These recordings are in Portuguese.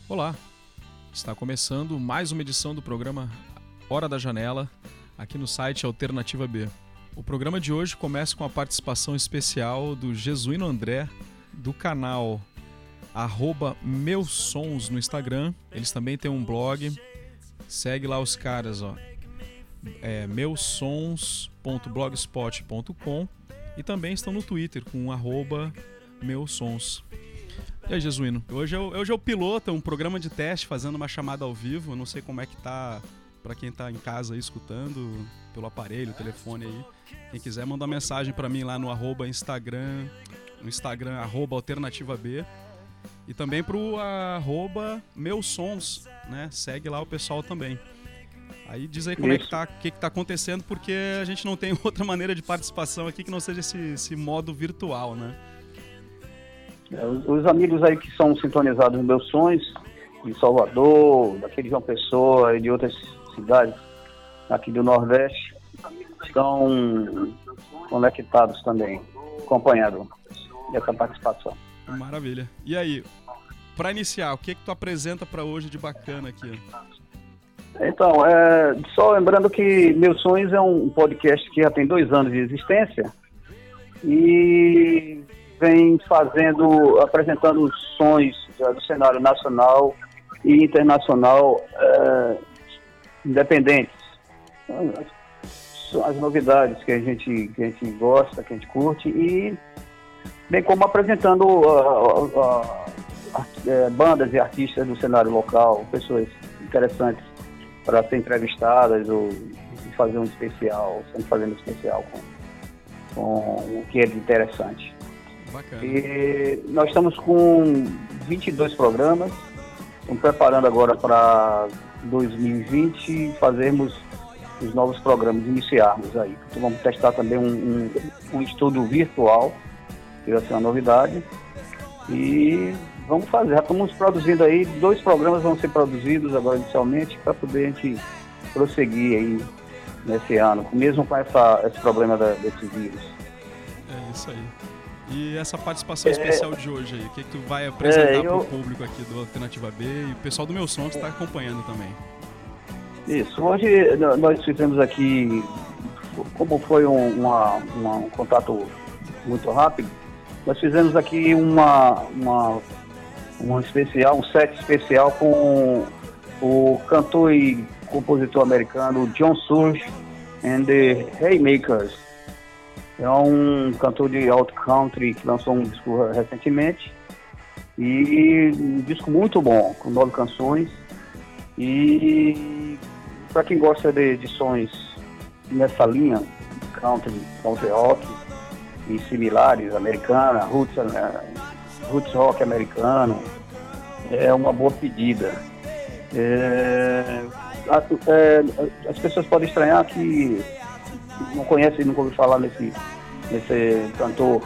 Olá, está começando mais uma edição do programa Hora da Janela, aqui no site Alternativa B. O programa de hoje começa com a participação especial do Jesuíno André, do canal @meusons no Instagram. Eles também têm um blog, segue lá os caras, meusons.blogspot.com, e também estão no Twitter com @meusons. E aí, Jesuíno? Hoje é o piloto, é um programa de teste, fazendo uma chamada ao vivo. Eu não sei como é que tá para quem tá em casa aí escutando pelo aparelho, telefone aí. Quem quiser mandar mensagem para mim lá no Instagram, Alternativa B. E também pro @meusons, né? Segue lá o pessoal também. Aí diz aí como é que tá, o que tá acontecendo, porque a gente não tem outra maneira de participação aqui que não seja esse modo virtual, né? Os amigos aí que são sintonizados nos meus sons, de Salvador, daqui de João Pessoa e de outras cidades aqui do Nordeste, estão conectados também, acompanhando essa participação. Maravilha. E aí, para iniciar, o que tu apresenta para hoje de bacana aqui? Então, só lembrando que Meus Sonhos é um podcast que já tem 2 anos de existência e vem apresentando os sons do cenário nacional e internacional independentes. As novidades que a gente gosta, que a gente curte, e bem como apresentando bandas e artistas do cenário local, pessoas interessantes para ser entrevistadas ou fazer um especial, sempre fazendo um especial com o que é de interessante. Bacana. E nós estamos com 22 programas, estamos preparando agora para 2020 fazermos os novos programas, iniciarmos aí. Então vamos testar também um estudo virtual, que vai ser uma novidade, e vamos fazer. Já estamos produzindo aí, 2 programas vão ser produzidos agora inicialmente, para poder a gente prosseguir aí nesse ano, mesmo com esse problema desse vírus. É isso aí. E essa participação especial de hoje aí, o que tu vai apresentar para o público aqui do Alternativa B e o pessoal do Meu Som que está acompanhando também? Isso, hoje nós fizemos aqui, como foi um contato muito rápido, nós fizemos aqui um set especial com o cantor e compositor americano John Surge and the Haymakers. É um cantor de alt country que lançou um disco recentemente, e um disco muito bom, com 9 canções. E para quem gosta de sons nessa linha, country rock e similares, americana, roots rock americano, é uma boa pedida. As pessoas podem estranhar que não conhecem, nunca ouviram falar nesse cantor,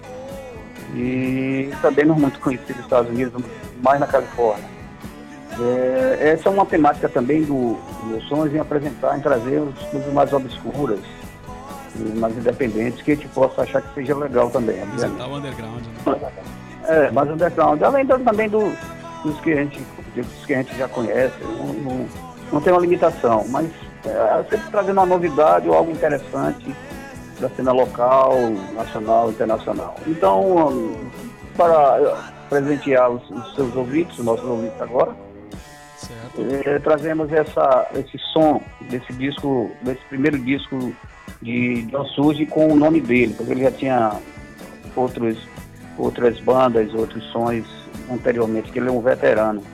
e também não é muito conhecido nos Estados Unidos, mais na Califórnia. Essa é uma temática também do Meus Sonhos, em apresentar, em trazer as coisas mais obscuras, mais independentes, que a gente possa achar que seja legal também. Visitar o underground, né? Mais underground, além também dos que a gente já conhece, não tem uma limitação, mas sempre trazendo uma novidade ou algo interessante da cena local, nacional, internacional. Então, para presentear os seus ouvintes, os nossos ouvintes agora, trazemos esse som desse disco, desse primeiro disco de John Surge, com o nome dele, porque ele já tinha outras bandas, outros sons anteriormente, que ele é um veterano.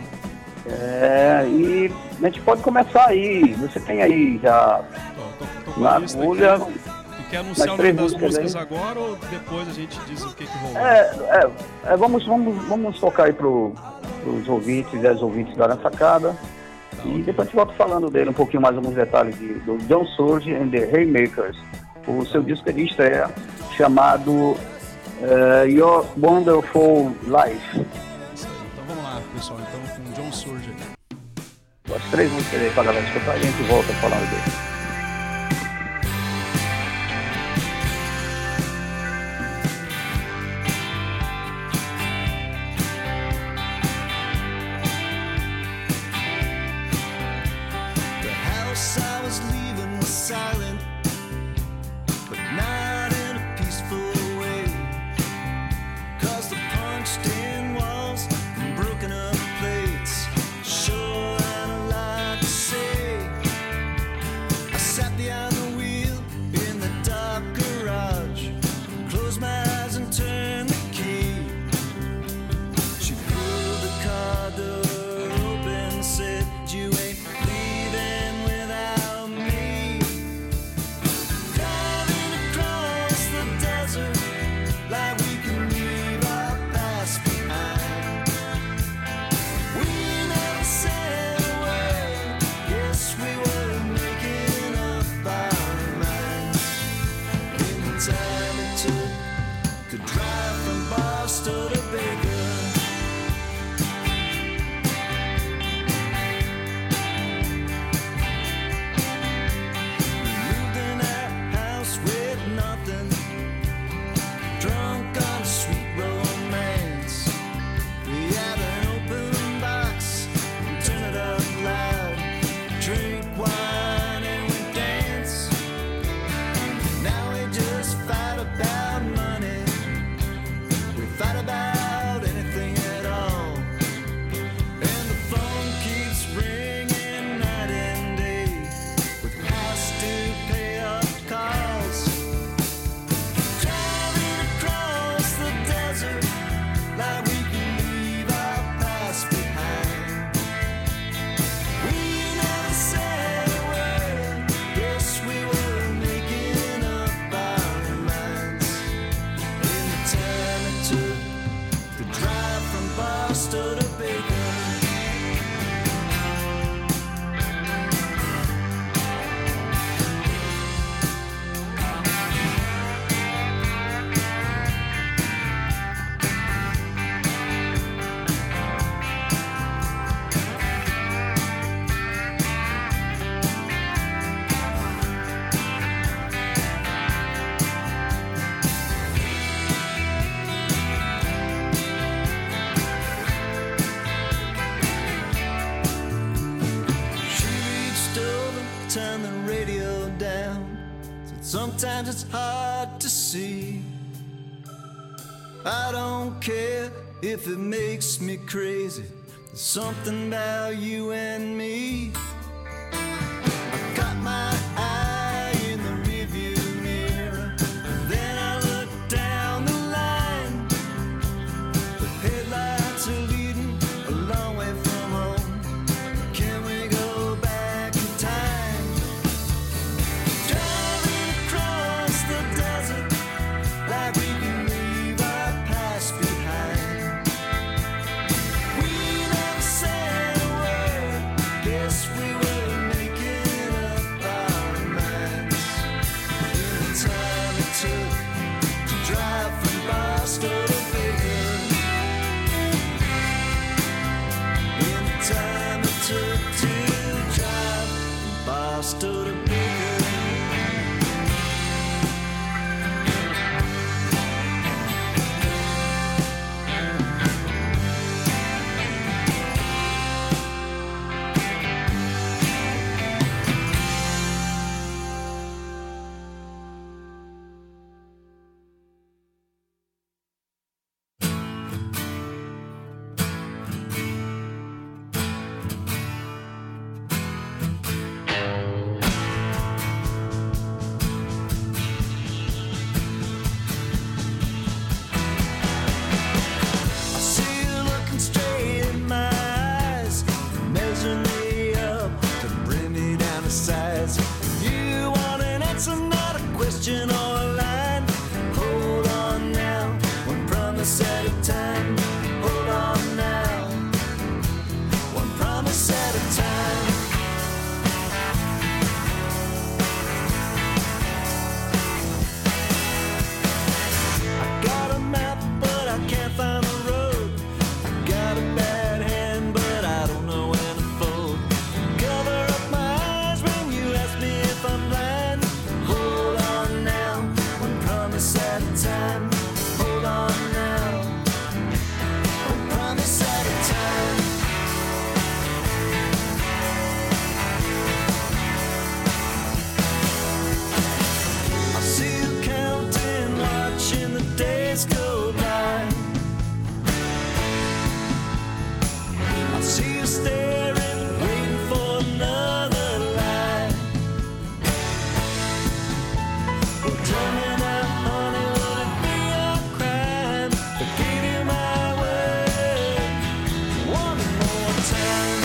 E a gente pode começar aí. Você tem aí já na agulha. Tu quer anunciar o nome das músicas agora, ou depois a gente diz o que rolou? Vamos focar aí pros ouvintes e as ouvintes da Sacada. E depois a gente volta falando dele um pouquinho mais, alguns detalhes do John Surge and the Haymakers, o seu disco de estreia, chamado Your Wonderful Life. Isso aí. Então vamos lá, pessoal. Então com John Surge aí. As 3 músicas aí pra galera escutar, e a gente volta falando dele. from Boston to Baker. Sometimes it's hard to see. I don't care if it makes me crazy. There's something about you and me. I got my eye in the rearview mirror, then I look down the line. The headlights are leading a long way from home. Can we go back in time? Driving across the desert like we can leave our past behind. We never said a word, guess we were making up our minds. In the time it took to drive from Boston to Baker. In the time it took to drive from Boston to Baker. I see you looking straight in my eyes, measuring me up to bring me down to size. You want an answer, not a question or a line. Hold on now, one promise at a time. Hold on now, one promise at a time. I got a map, but I can't find the road. I got a bad hand, but I don't know when to fold. Cover up my eyes when you ask me if I'm blind. Hold on now, one promise at a time. Hold on now, one promise at a time. I see you counting, watching the days go by. I see you staring, waiting for another lie. Well, tell me now, honey, would it be a crime to give you my word one more time?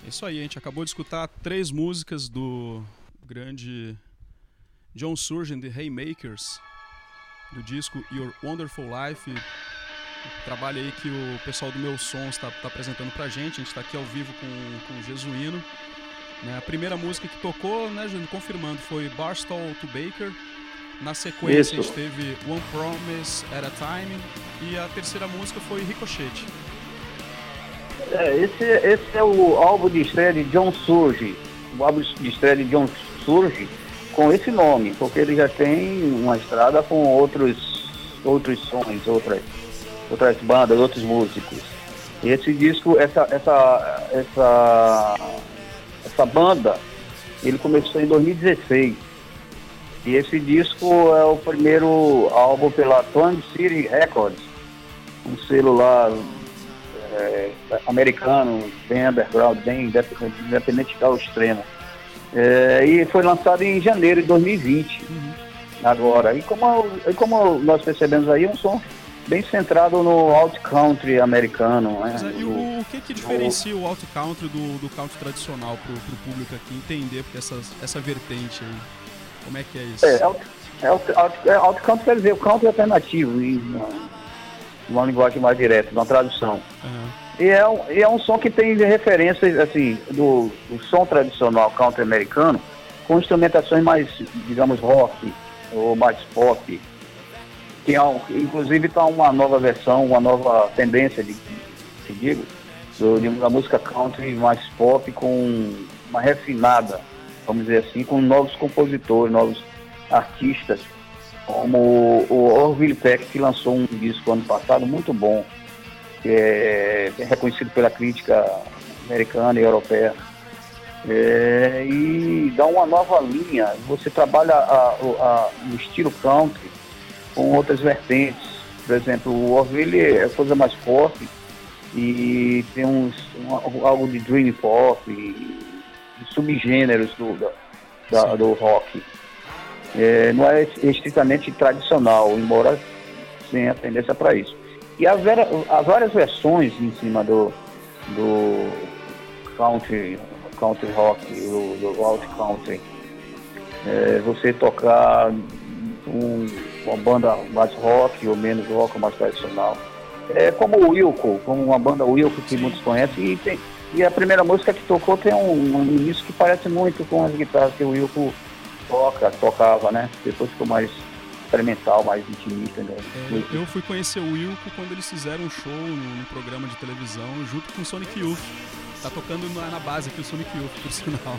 É isso aí, a gente acabou de escutar 3 músicas do grande John Surge and the Haymakers, do disco Your Wonderful Life, trabalho aí que o pessoal do Meus Sons tá apresentando pra gente. A gente tá aqui ao vivo com o Jesuíno, né? A primeira música que tocou, né, Jesuíno, confirmando, foi Barstow to Baker. Na sequência, a gente teve One Promise at a Time, e a terceira música foi Ricochet. Esse é o álbum de estreia de John Surge, o álbum de estreia de John Surge com esse nome, porque ele já tem uma estrada com outros sons, outras bandas, outros músicos. E esse disco, essa banda, ele começou em 2016. E esse disco é o primeiro álbum pela Twin City Records, um selo lá americano, bem underground, bem independente ao extremo. E foi lançado em janeiro de 2020, agora. E como nós percebemos aí, um som bem centrado no alt country americano. Né? E o que diferencia o alt country do country tradicional para o público aqui entender essa vertente aí? Como é que é isso? Alt country quer dizer o country alternativo, uma linguagem mais direta, uma tradução. E é um som que tem referências assim, do som tradicional country americano, com instrumentações mais, digamos, rock ou mais pop. Inclusive está uma nova versão, uma nova tendência de uma música country mais pop, com uma refinada, vamos dizer assim, com novos compositores, novos artistas, como o Orville Peck, que lançou um disco ano passado muito bom, que é reconhecido pela crítica americana e europeia. E dá uma nova linha. Você trabalha no estilo country com outras vertentes. Por exemplo, o Orville é coisa mais pop e tem algo de dream pop e subgêneros do rock. Não é estritamente tradicional, embora tenha tendência para isso. E há várias versões em cima do country rock, do alt country. Você tocar uma banda mais rock ou menos rock ou mais tradicional. Como o Wilco, como uma banda Wilco que muitos conhecem. E a primeira música que tocou tem um início que parece muito com as guitarras que o Wilco tocava, né? Depois ficou mais experimental, mais intimista. Né? Eu fui conhecer o Wilco quando eles fizeram um show num programa de televisão junto com o Sonic Youth. Tá tocando na base aqui o Sonic Youth, por sinal.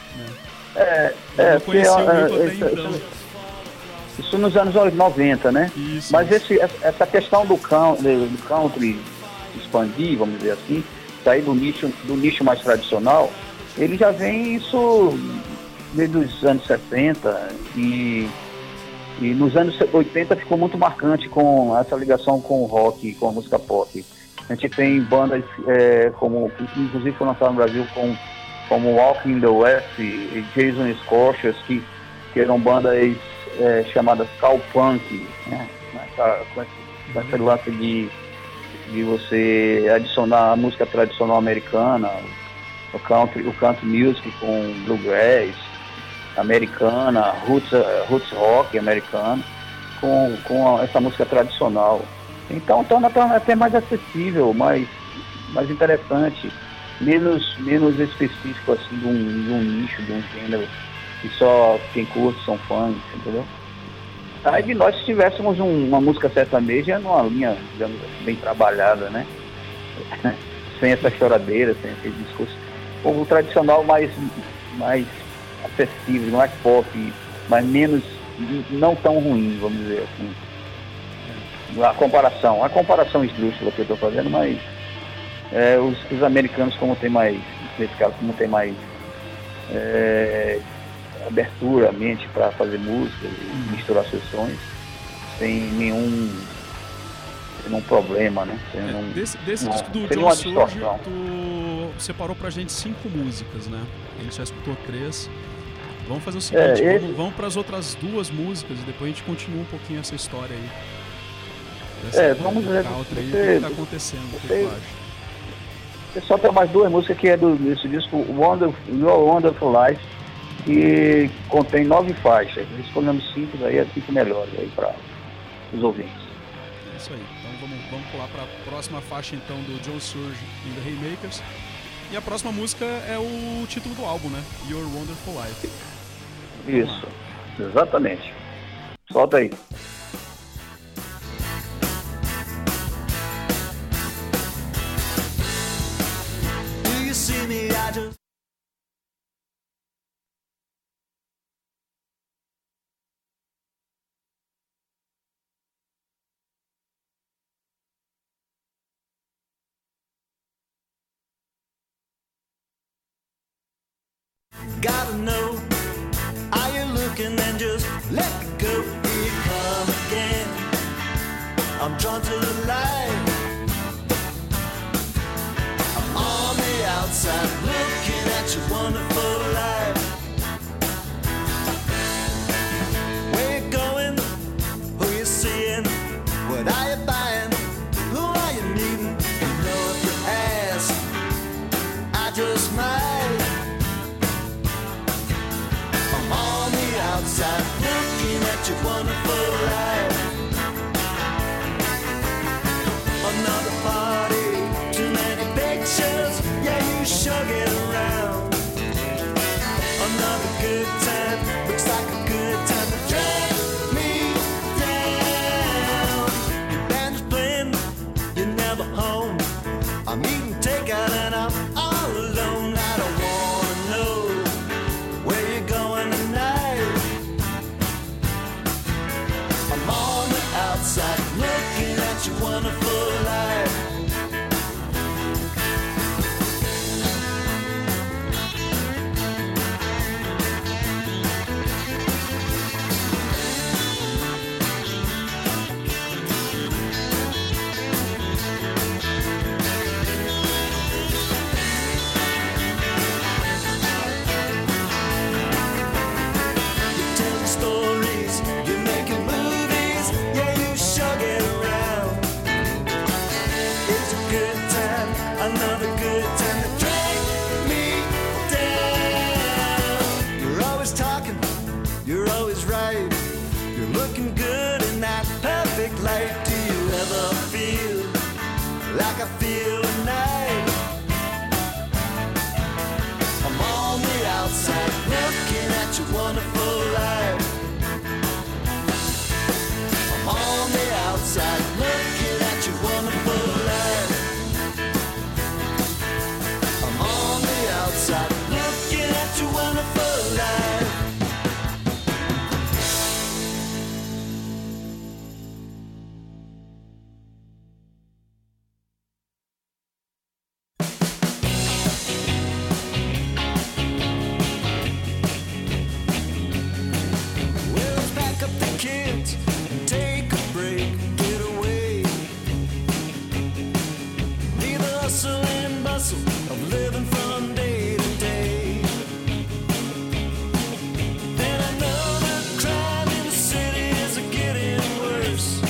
Né? Eu conheci o Wilco até então. Isso nos anos 90, né? Isso, mas essa questão do country expandir, vamos dizer assim, sair do nicho mais tradicional, ele já vem isso desde os anos 60 e nos anos 80 ficou muito marcante com essa ligação com o rock, com a música pop. A gente tem bandas que inclusive foram lançadas no Brasil como Walking in the West e Jason Scorchers, que eram bandas chamadas cowpunk, né? Com esse lance de você adicionar a música tradicional americana, o country music com bluegrass americana, roots rock americano, com essa música tradicional. Então torna até mais acessível, mais interessante, menos específico assim de um nicho, de um gênero que só quem curte são fãs, entendeu? Aí de nós, se tivéssemos uma música sertaneja numa linha, digamos, bem trabalhada, né? Sem essa choradeira, sem esse discurso. O tradicional mais acessível, mais pop, mas menos, não tão ruim, vamos dizer assim. A comparação esdrúxula que eu estou fazendo, mas os americanos, como tem mais, nesse caso, como tem mais abertura, mente para fazer música e misturar sessões sem nenhum problema, né? Desse disco do John Surge, tu separou pra gente 5 músicas, né? A gente já escutou 3. Vamos fazer o seguinte, vamos para as outras 2 músicas e depois a gente continua um pouquinho essa história aí. Vamos ver. O que está acontecendo, o que tu acha? Só tem mais 2 músicas que é desse disco Your Wonderful Life, que contém 9 faixas. Escolhemos 5, aí é 5 melhores aí para os ouvintes. É isso aí. Então vamos pular para a próxima faixa então do Joe Surge and the Haymakers. E a próxima música é o título do álbum, né? Your Wonderful Life. Isso, exatamente. Solta aí. Do you see me? I just gotta know, are you looking and just let go? Here you come again. I'm drawn to the light. I'm on the outside looking at your wonderful life. Where you going? Who you seeing? What are you buying? Who are you meeting? You know if you ask, I just might. On the outside, looking at your wonderful life. Another party, too many pictures, yeah, you sure get around. Another good time, looks like a good time to drag me down. Your band is playing, you're never home. I'm eating takeout and I'm all alone. I don't wanna know where you're going tonight. I'm on the outside looking at your wonderful life. You're telling stories, you're making movies, yeah, you sure get around. It's a good time, another good time to drag me down. You're always talking, you're always right. You're looking good in that perfect light. Do you ever feel like I feel tonight? I'm on the outside looking at your wonderful life. I'm on the outside looking at your wonderful life. I'm on the outside looking at your wonderful life. Well, let's pack up the kids and take a break, get away. Leave the hustle and bustle of living from day to day. Then I know the crime in the city is getting worse.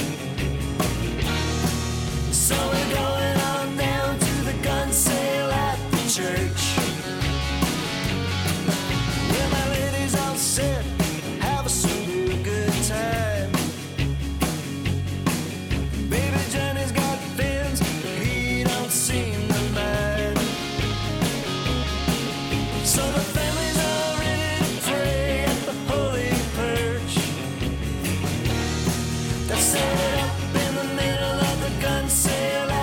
So we're going on down to the gun sale at the church. Where my lady's all set, have a super good time. Baby Johnny's got fins, but he don't seem to mind. So the families are ready to pray at the holy perch. They're set up in the middle of the gun sale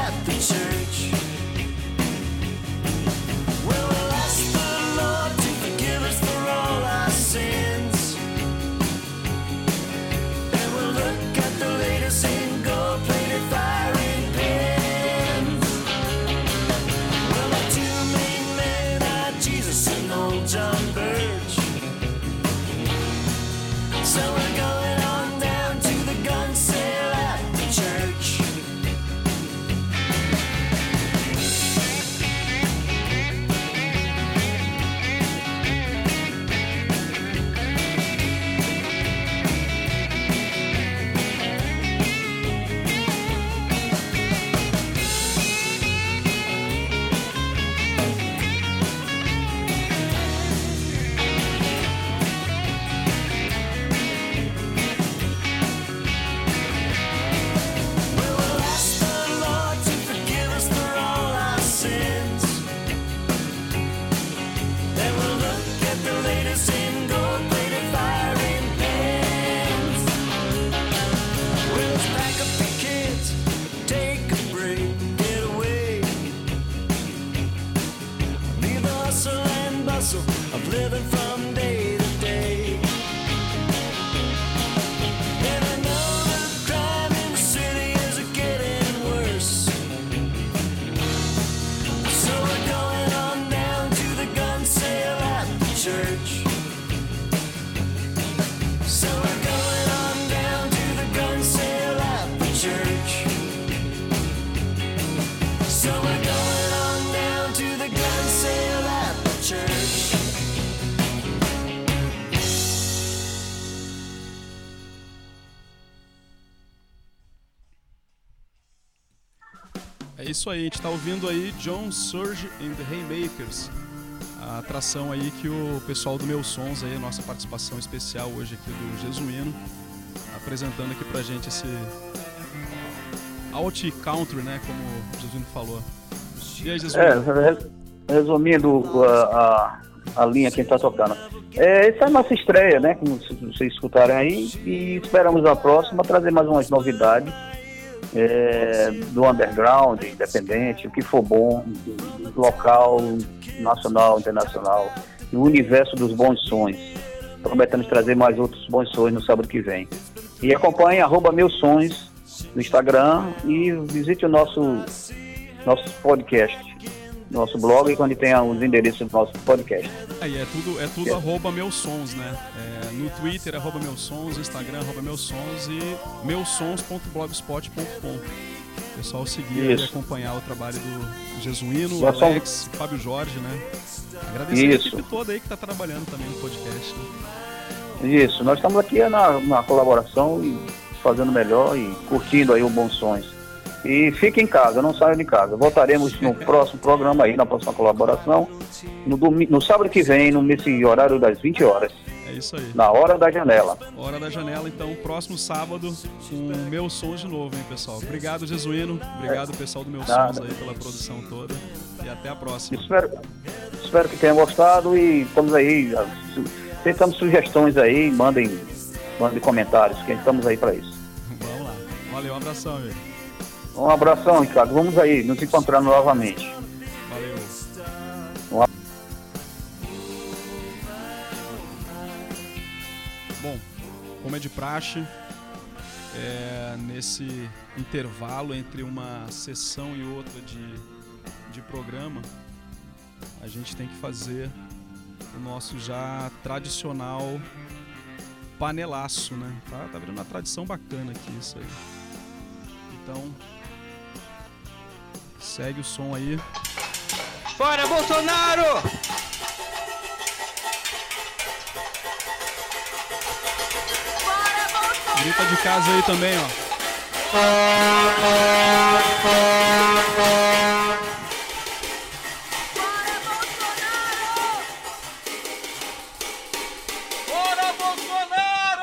of living from day to day. And I know the crime in the city is getting worse. So we're going on down to the gun sale at the church. So we're going on down to the gun sale at the church. So we're going on down to the gun sale at the church. É isso aí, a gente tá ouvindo aí John Surge and the Haymakers, a atração aí que o pessoal do Meus Sons aí, a nossa participação especial hoje aqui do Jesuíno, apresentando aqui pra gente esse alt country, né, como o Jesuíno falou. E aí, Jesuíno? Resumindo a linha que a gente tá tocando. Essa é a nossa estreia, né, como vocês escutarem aí, e esperamos a próxima trazer mais umas novidades. Do underground, independente, o que for bom, local, nacional, internacional, e o universo dos bons sons. Prometemos trazer mais outros bons sons no sábado que vem. E acompanhe @meusons no Instagram e visite o nosso podcast, nosso blog, onde tem os endereços do nosso podcast. Aí é tudo @meusons, né? No Twitter @meusons, no Instagram @meusons e meusons.blogspot.com. Pessoal seguir e acompanhar o trabalho do Jesuíno, o Alex, o Fábio Jorge, né? Agradecer a equipe toda aí que tá trabalhando também no podcast. Né? Isso, nós estamos aqui na colaboração e fazendo melhor e curtindo aí o Bons Sons. E fique em casa, não saia de casa. Voltaremos no próximo programa aí, na próxima colaboração, no sábado que vem, nesse horário das 20 horas. É isso aí. Na Hora da Janela. Hora da Janela, então, próximo sábado, com Meus Sons de novo, hein, pessoal. Obrigado, Jesuíno. Obrigado, pessoal do Meus Sons aí, pela produção toda. E até a próxima. Espero que tenham gostado e estamos aí, tentando sugestões aí, mandem comentários, que estamos aí para isso. Vamos lá. Valeu, um abração, amigo. Um abração, Ricardo. Vamos aí, nos encontrando novamente. Valeu. Bom, como é de praxe, nesse intervalo entre uma sessão e outra de programa, a gente tem que fazer o nosso já tradicional panelaço, né? Tá virando uma tradição bacana aqui isso aí. Então, segue o som aí. Fora Bolsonaro! Grita de casa aí também, ó. Fora Bolsonaro!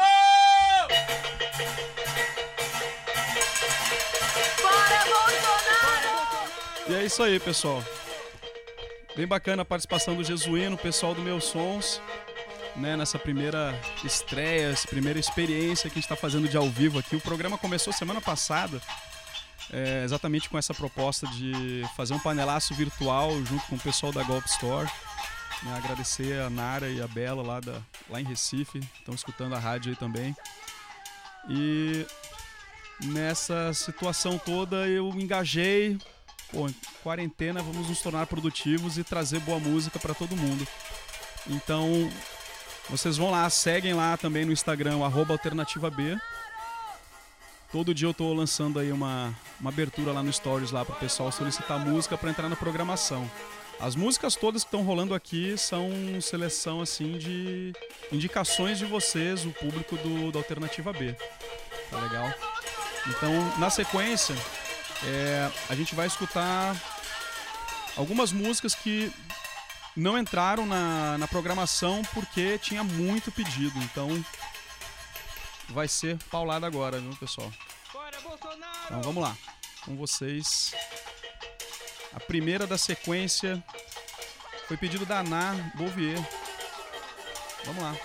Fora Bolsonaro! E é isso aí, pessoal. Bem bacana a participação do Jesuíno, o pessoal do Meus Sons, né, nessa primeira estreia, essa primeira experiência que a gente está fazendo de ao vivo aqui. O programa começou semana passada, exatamente com essa proposta de fazer um panelaço virtual junto com o pessoal da Golp Store. Né, agradecer a Nara e a Bela lá em Recife, estão escutando a rádio aí também. E nessa situação toda eu engajei. Pô, quarentena, vamos nos tornar produtivos e trazer boa música para todo mundo. Então, vocês vão lá, seguem lá também no Instagram, @alternativab. Todo dia eu tô lançando aí uma abertura lá no Stories lá pro pessoal solicitar música para entrar na programação. As músicas todas que estão rolando aqui são seleção assim de indicações de vocês, o público do Alternativa B. Tá legal? Então, na sequência, a gente vai escutar algumas músicas que não entraram na programação porque tinha muito pedido. Então vai ser paulada agora, viu, pessoal? Então vamos lá. Com vocês. A primeira da sequência foi pedido da Ana Bouvier. Vamos lá.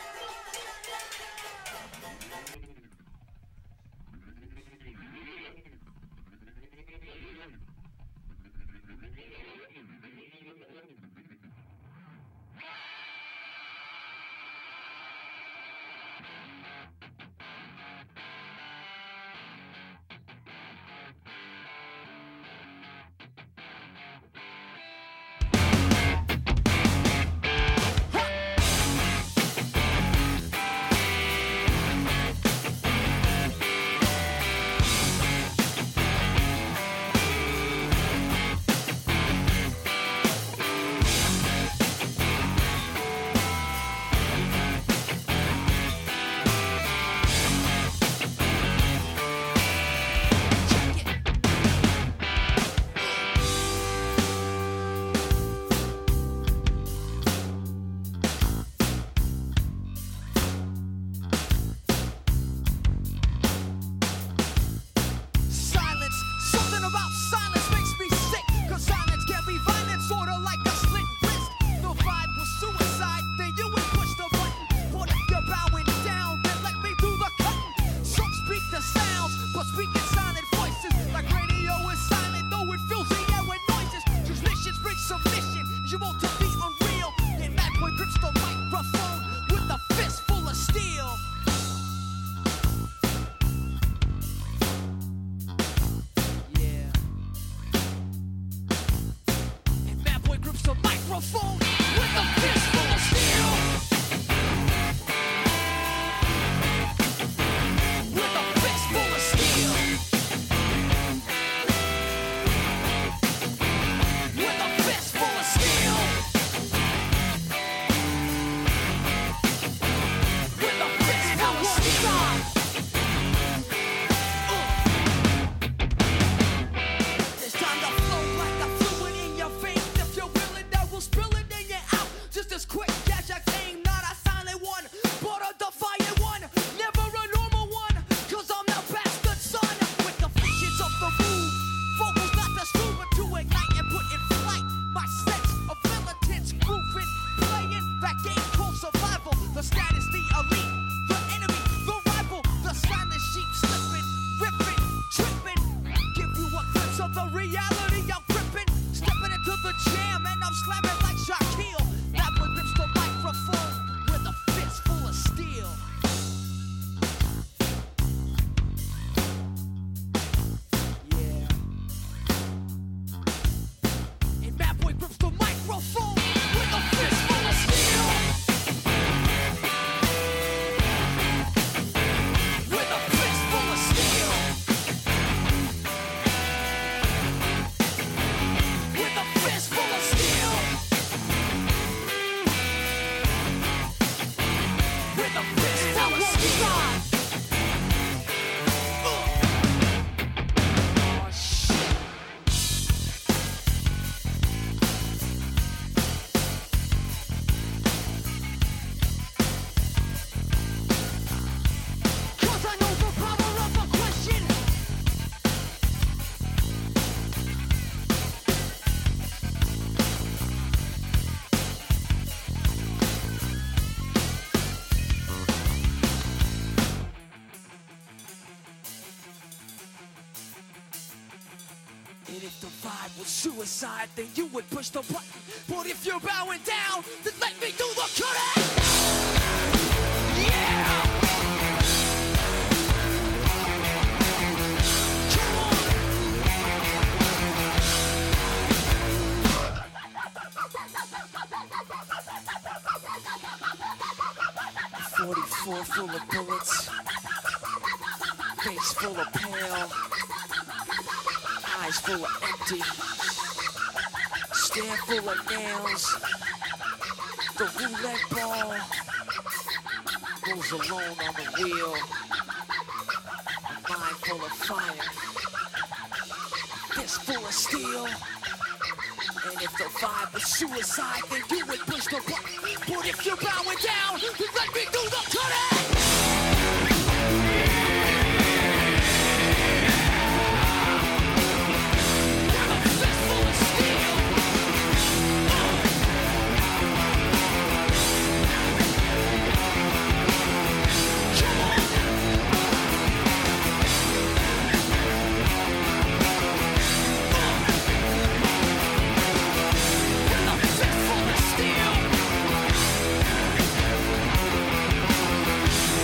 microphone with a fist full of steel. With a fist full of steel. With a fist full of steel. With a fist full of steel. It's time to flow like the fluid in your veins. If you're willing, I will spill it in your out. Just as quick as I came, not a silent one, but a defiant one. Never a normal one, cause I'm the bastard son. With the fishes of the moon, vocals not the screw, but to ignite and put in flight my sense of militants grooving, playing that game called survival. The status, the elite, the enemy, the rival, the silent sheep slipping, ripping, tripping. Give you a glimpse of the reality I'm gripping. Stepping into the jam and I'm slamming like Shaquille. That one grips the microphone with a fist full of steel. Yeah. And Bad Boy grips the microphone with a fist full of steel. With a fist full of steel. With a fist full of steel. With a fist full of steel. Oh, shit. Cause I know the power of a question. And if the vibe was suicide, then you would push the button. But if you're bowing down, then let me do the cutting. Yeah! Come on! 44 full of bullets, face full of pale, eyes full of empty, stare full of nails. The roulette ball rolls alone on the wheel. A mind full of fire, fist full of steel. And if the vibe was suicide, then you would push the button. But if you're bowing down, then let me do the cutting. With a fist full of steel. Come on. With a fist full of steel.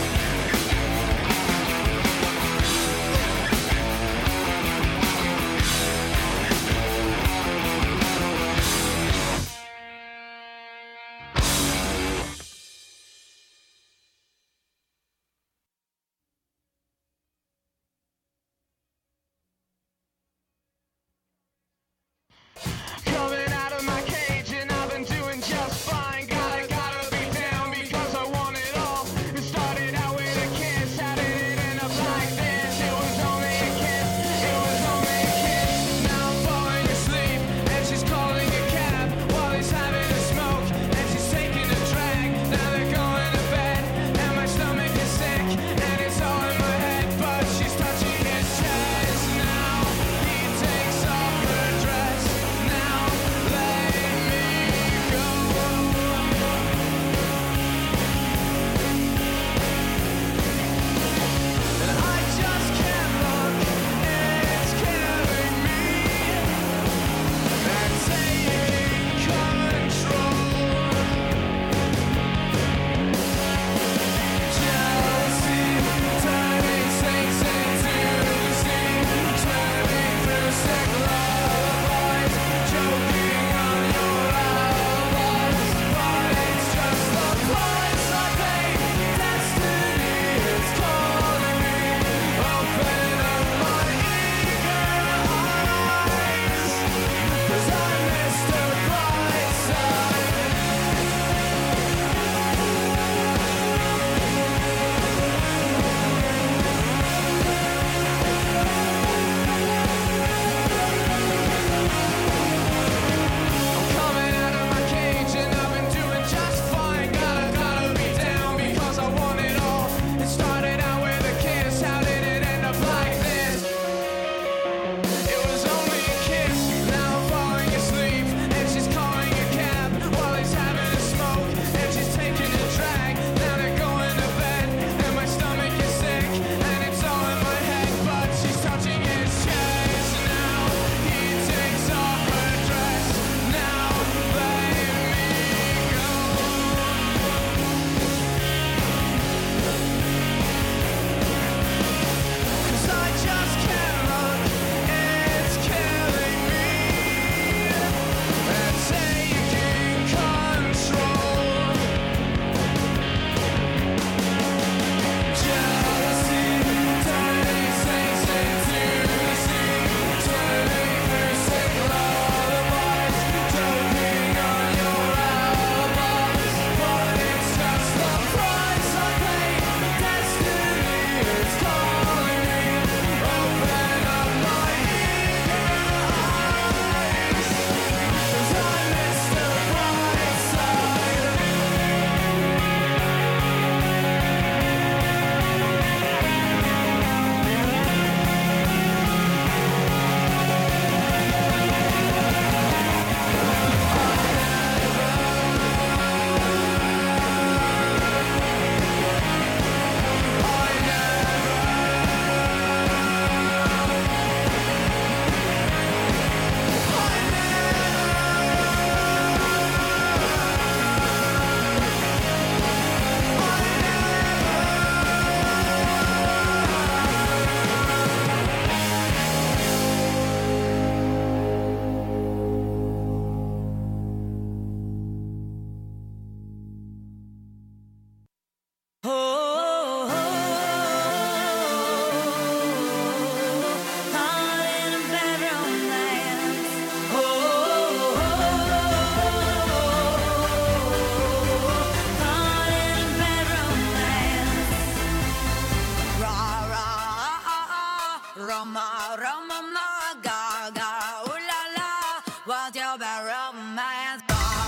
want your bad romance.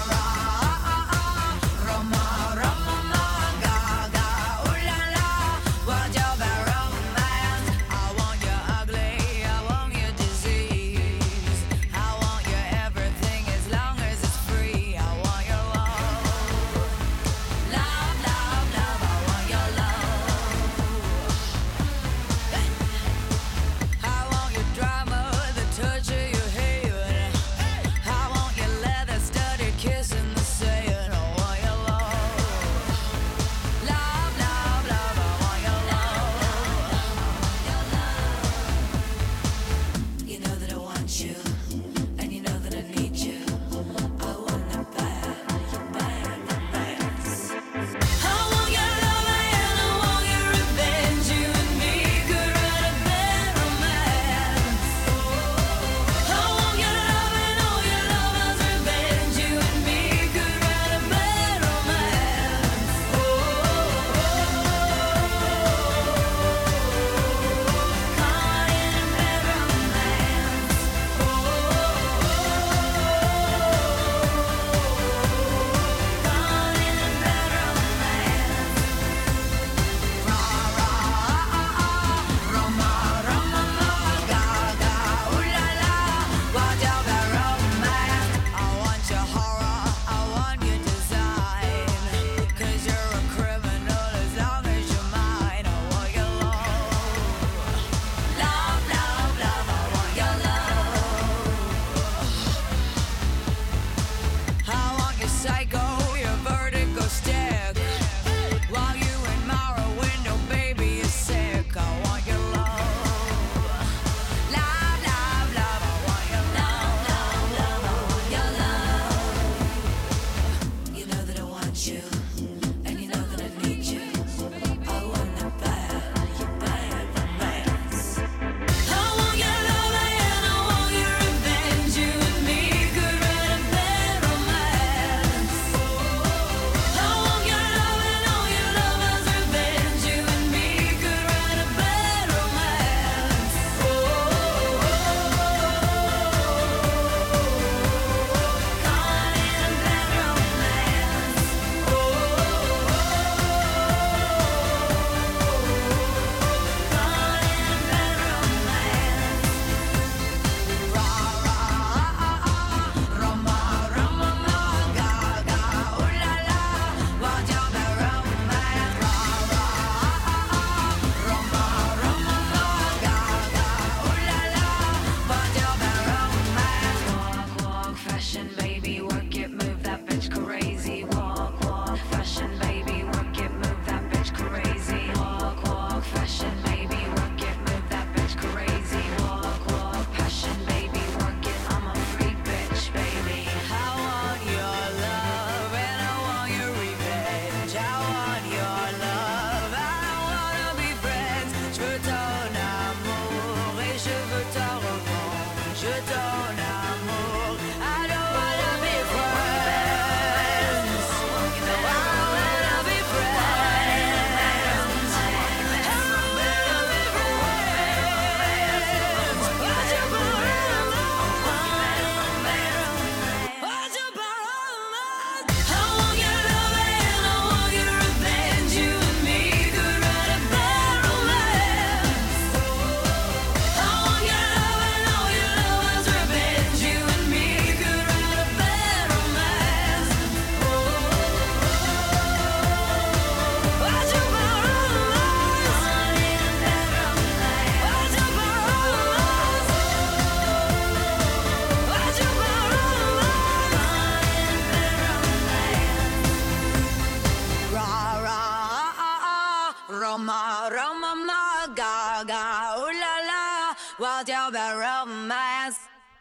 want your bad romance.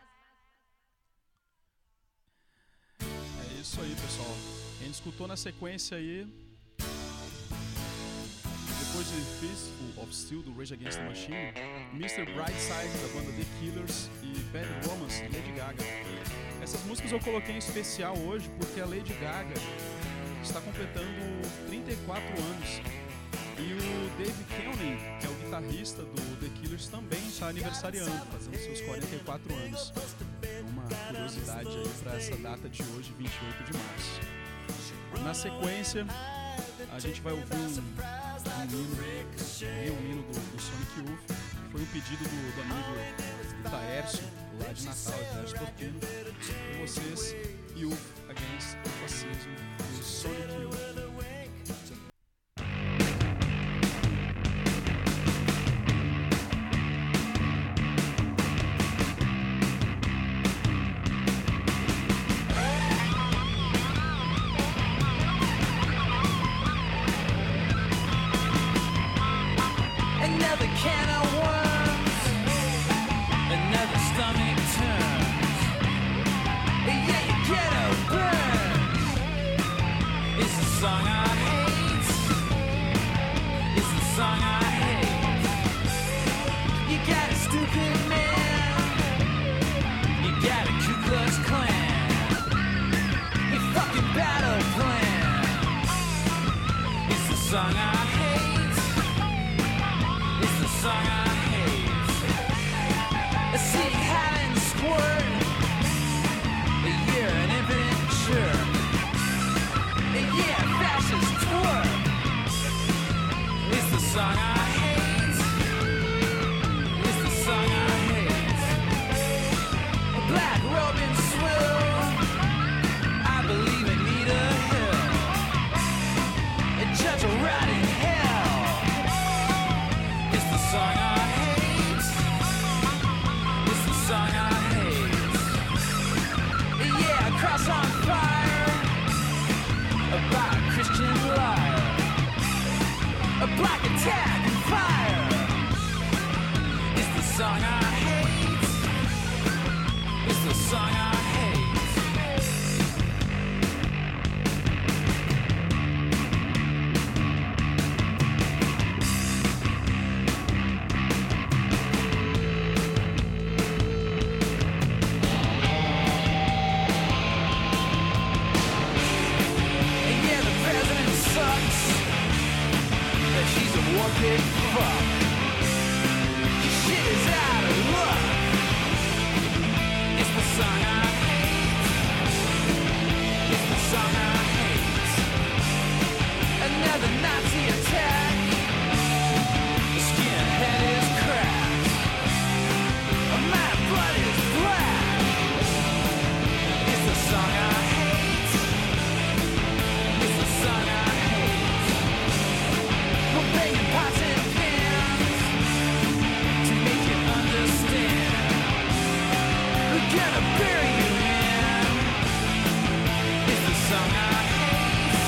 É isso aí, pessoal. A gente escutou na sequência aí, depois de Fistful of Steel do Rage Against the Machine, Mr. Brightside da banda The Killers e Bad Romance de Lady Gaga. Essas músicas eu coloquei em especial hoje porque a Lady Gaga está completando 34 anos. E o Dave Keowney, que é o guitarrista do The Killers, também está aniversariando, fazendo seus 44 anos. É uma curiosidade para essa data de hoje, 28 de março. Na sequência, a gente vai ouvir um hino do Sonic Youth. Foi um pedido do amigo Taércio, lá de Natal, Taércio Portino. E vocês, Youth Against Fascism, do Sonic Youth. Another can of worms, another stomach turns. Yeah, you get a burn. It's the song I hate. It's the song I hate. You got a stupid man. You got a Ku Klux Klan. You fucking battle plan. It's the song I hate. It's the song I hate. I see Helen squirt. You're an infinite jerk. Yeah, fascist twerk. It's the song I hate. It's the song I hate. Black Robin Swill. I believe in Nita Hill. Judge a rat in hell. It's the song I hate. It's the song I hate. Yeah, cross on fire. About a Christian liar. A black attack and fire. It's the song I hate. It's the song I hate. Yeah, the president sucks. But she's a war-pig fuck. Shit is out of luck. It's the song I hate. It's the song I hate. Another Nazi attack. The skinhead is cracked. My blood is black. It's the song I hate. It's the song I hate. We're banging pots and pans to make you understand. We're gonna bury you, man. It's the song I hate.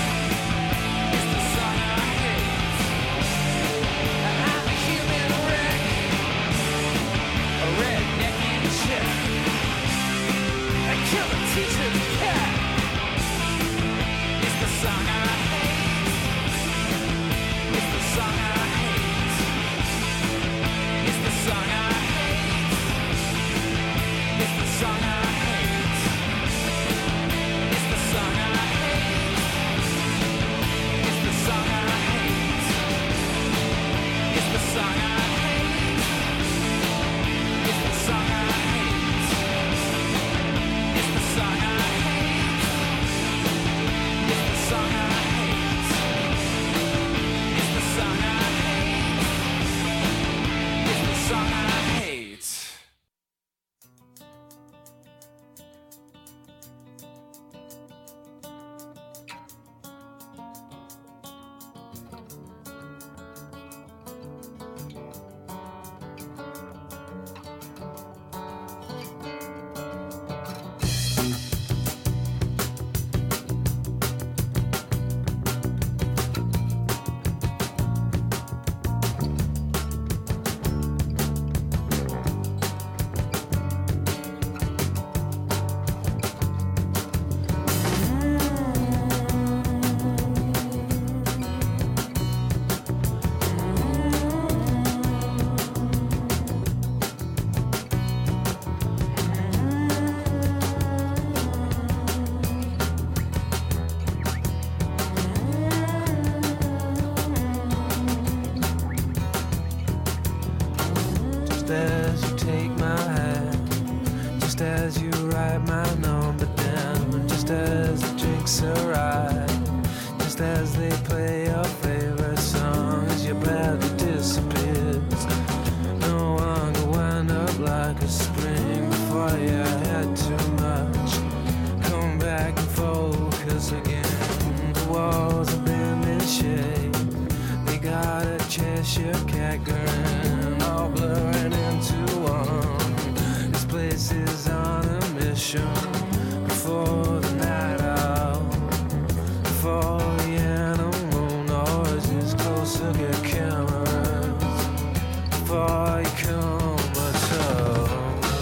It's the song I hate. I'm a human wreck, a redneck in check. I kill a teacher's cat. It's the song I hate. It's the song I hate. It's the song I hate. It's the song I hate. It's the song I hate. It's the song I hate. It's the song I hate. It's the song I hate. It's the song I hate. It's the song I hate. It's the song I hate. It's the song I hate. Just as you take my hand, just as you write my number just as the drinks arrive, just as they play your favorite song, as your body disappears. No one could wind up like a spring before you had too much. Come back and focus again. The walls have been in shade. They got a Cheshire cat grin, all blurring into one. This place is on a mission. Before the night out, before the animal noises, closer get cameras, before you come much up.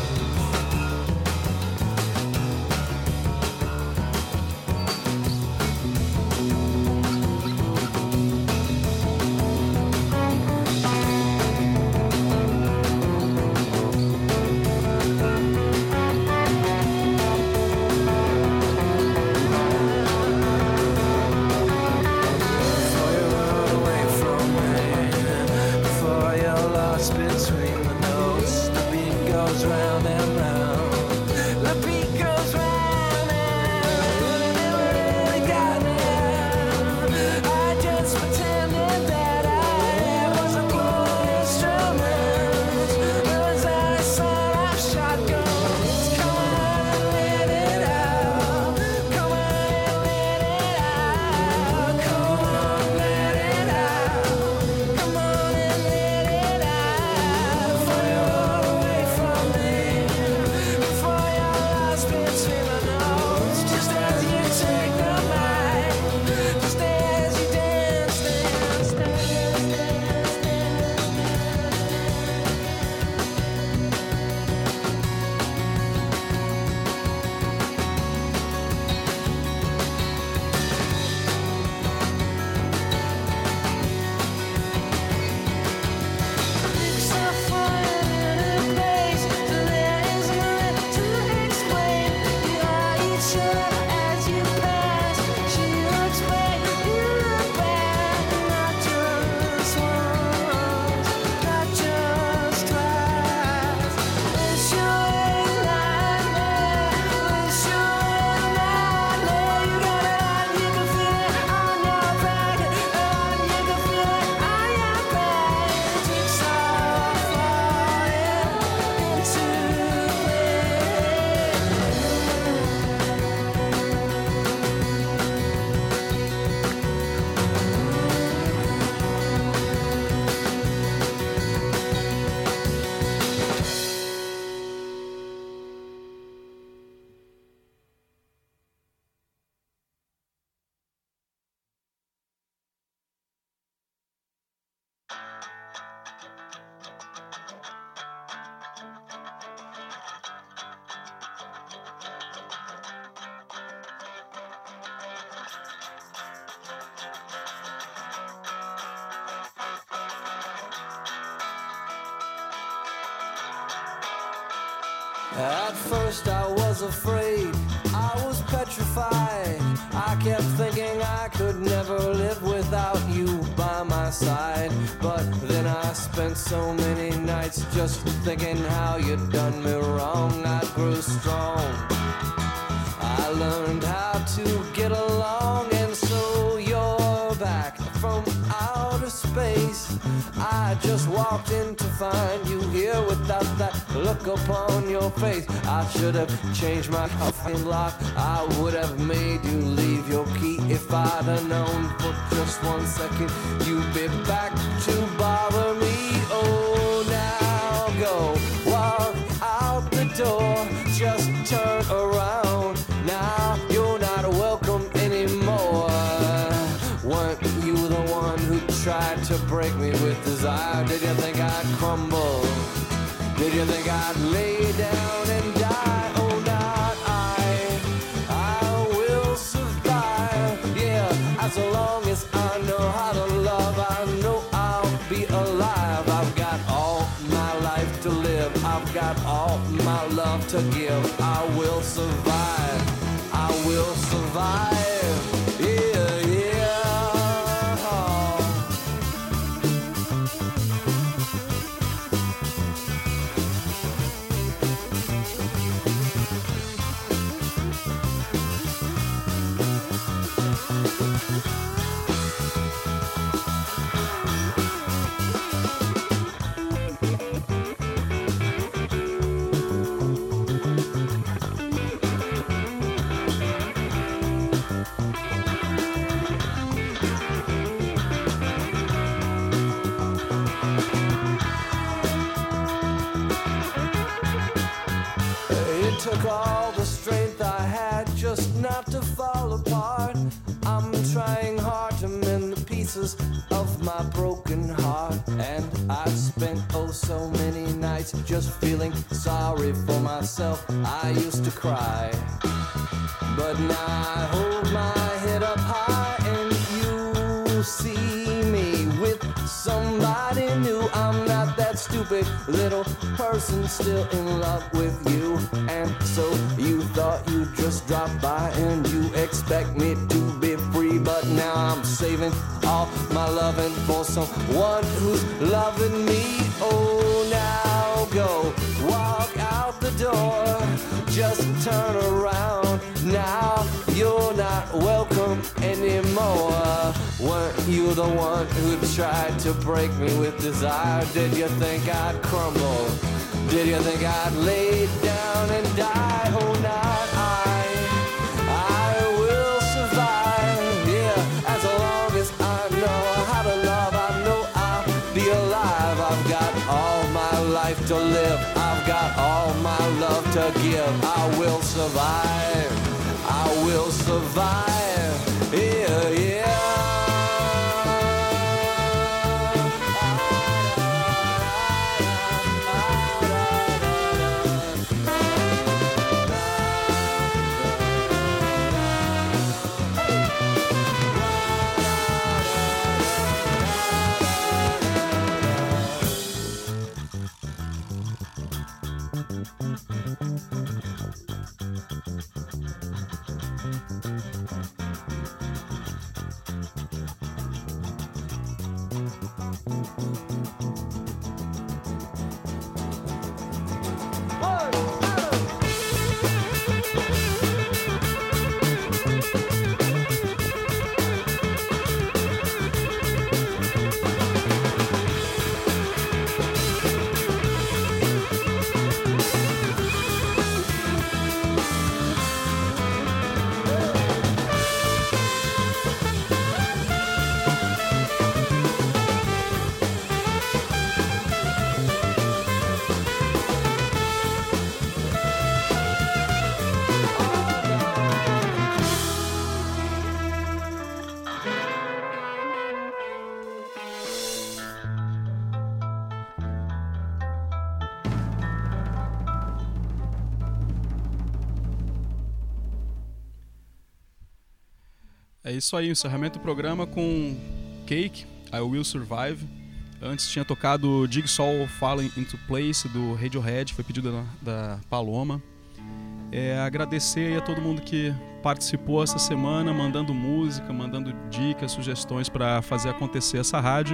At first I was afraid, I was petrified. I kept thinking I could never live without you by my side. But then I spent so many nights just thinking how you'd done me wrong. I grew strong, I learned how to get along. And so you're back from outer space. I just walked in to find you here without that look upon your face. I should have changed my coffin lock. I would have made you leave your key. If I'd have known for just 1 second you'd be back to bother me. Oh, now go walk out the door, just turn around. Now you're not welcome anymore. Weren't you the one who tried to break me with desire? Did you think I'd crumble? Did you think I'd lay down and die? Oh, not I will survive. Yeah, as long as I know how to love, I know I'll be alive. I've got all my life to live, I've got all my love to give. I will survive, I will survive. Yeah, yeah. all the strength I had just not to fall apart. I'm trying hard to mend the pieces of my broken heart. And I've spent oh so many nights just feeling sorry for myself. I used to cry, but now I hold my head up high and you see me with somebody new. I'm not that stupid little person still in love with you. And so you thought you'd just drop by and you expect me to be free. But now I'm saving all my loving for someone who's loving me. Oh, now go walk out the door, just turn around. Now you're not welcome anymore. Weren't you the one who tried to break me with desire? Did you think I'd crumble? Did you think I'd lay down and die? Oh, not I will survive. Yeah, as long as I know how to love, I know I'll be alive. I've got all my life to live. I've got all my love to give. I will survive. I will survive. Yeah, yeah. É isso aí, encerramento do programa com Cake, I Will Survive. Antes tinha tocado Jigsaw Falling Into Place do Radiohead, foi pedido da Paloma. Agradecer aí a todo mundo que participou essa semana, mandando música, mandando dicas, sugestões para fazer acontecer essa rádio,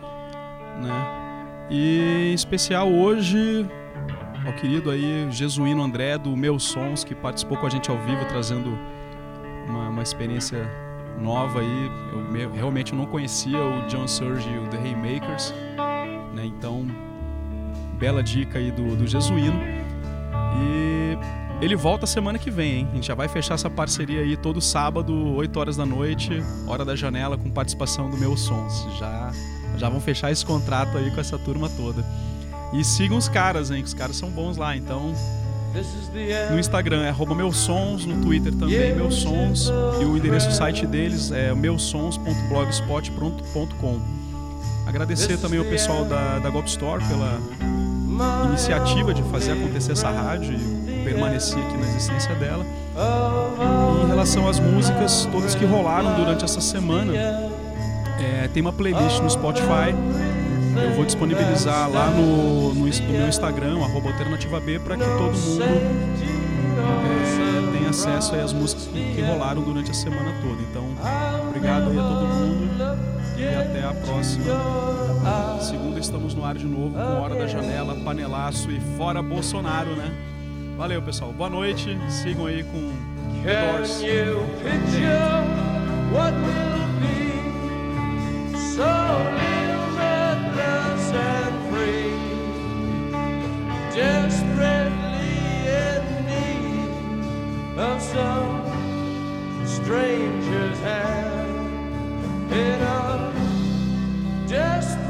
né? E em especial hoje ao querido aí Jesuíno André do Meus Sons, que participou com a gente ao vivo, trazendo uma experiência nova aí. Eu realmente não conhecia o John Surge e o The Haymakers, né? Então, bela dica aí do Jesuíno. E ele volta semana que vem, hein? A gente já vai fechar essa parceria aí todo sábado, 8 horas da noite, Hora da Janela, com participação do Meus Sons. Já vão fechar esse contrato aí com essa turma toda. E sigam os caras, hein? Os caras são bons lá, então... No Instagram é @meusons, no Twitter também Meus Sons, e o endereço do site deles é meusons.blogspot.com. Agradecer também ao pessoal da Golp Store pela iniciativa de fazer acontecer essa rádio e permanecer aqui na existência dela. E em relação às músicas, todas que rolaram durante essa semana, tem uma playlist no Spotify. Eu vou disponibilizar lá no meu Instagram, @alternativab, para que todo mundo tenha acesso às músicas que rolaram durante a semana toda. Então, obrigado aí a todo mundo e até a próxima. Segunda estamos no ar de novo com Hora da Janela, Panelaço e Fora Bolsonaro, né? Valeu, pessoal. Boa noite. Sigam aí com The Doors. Desperately in need of some stranger's hand in a desperate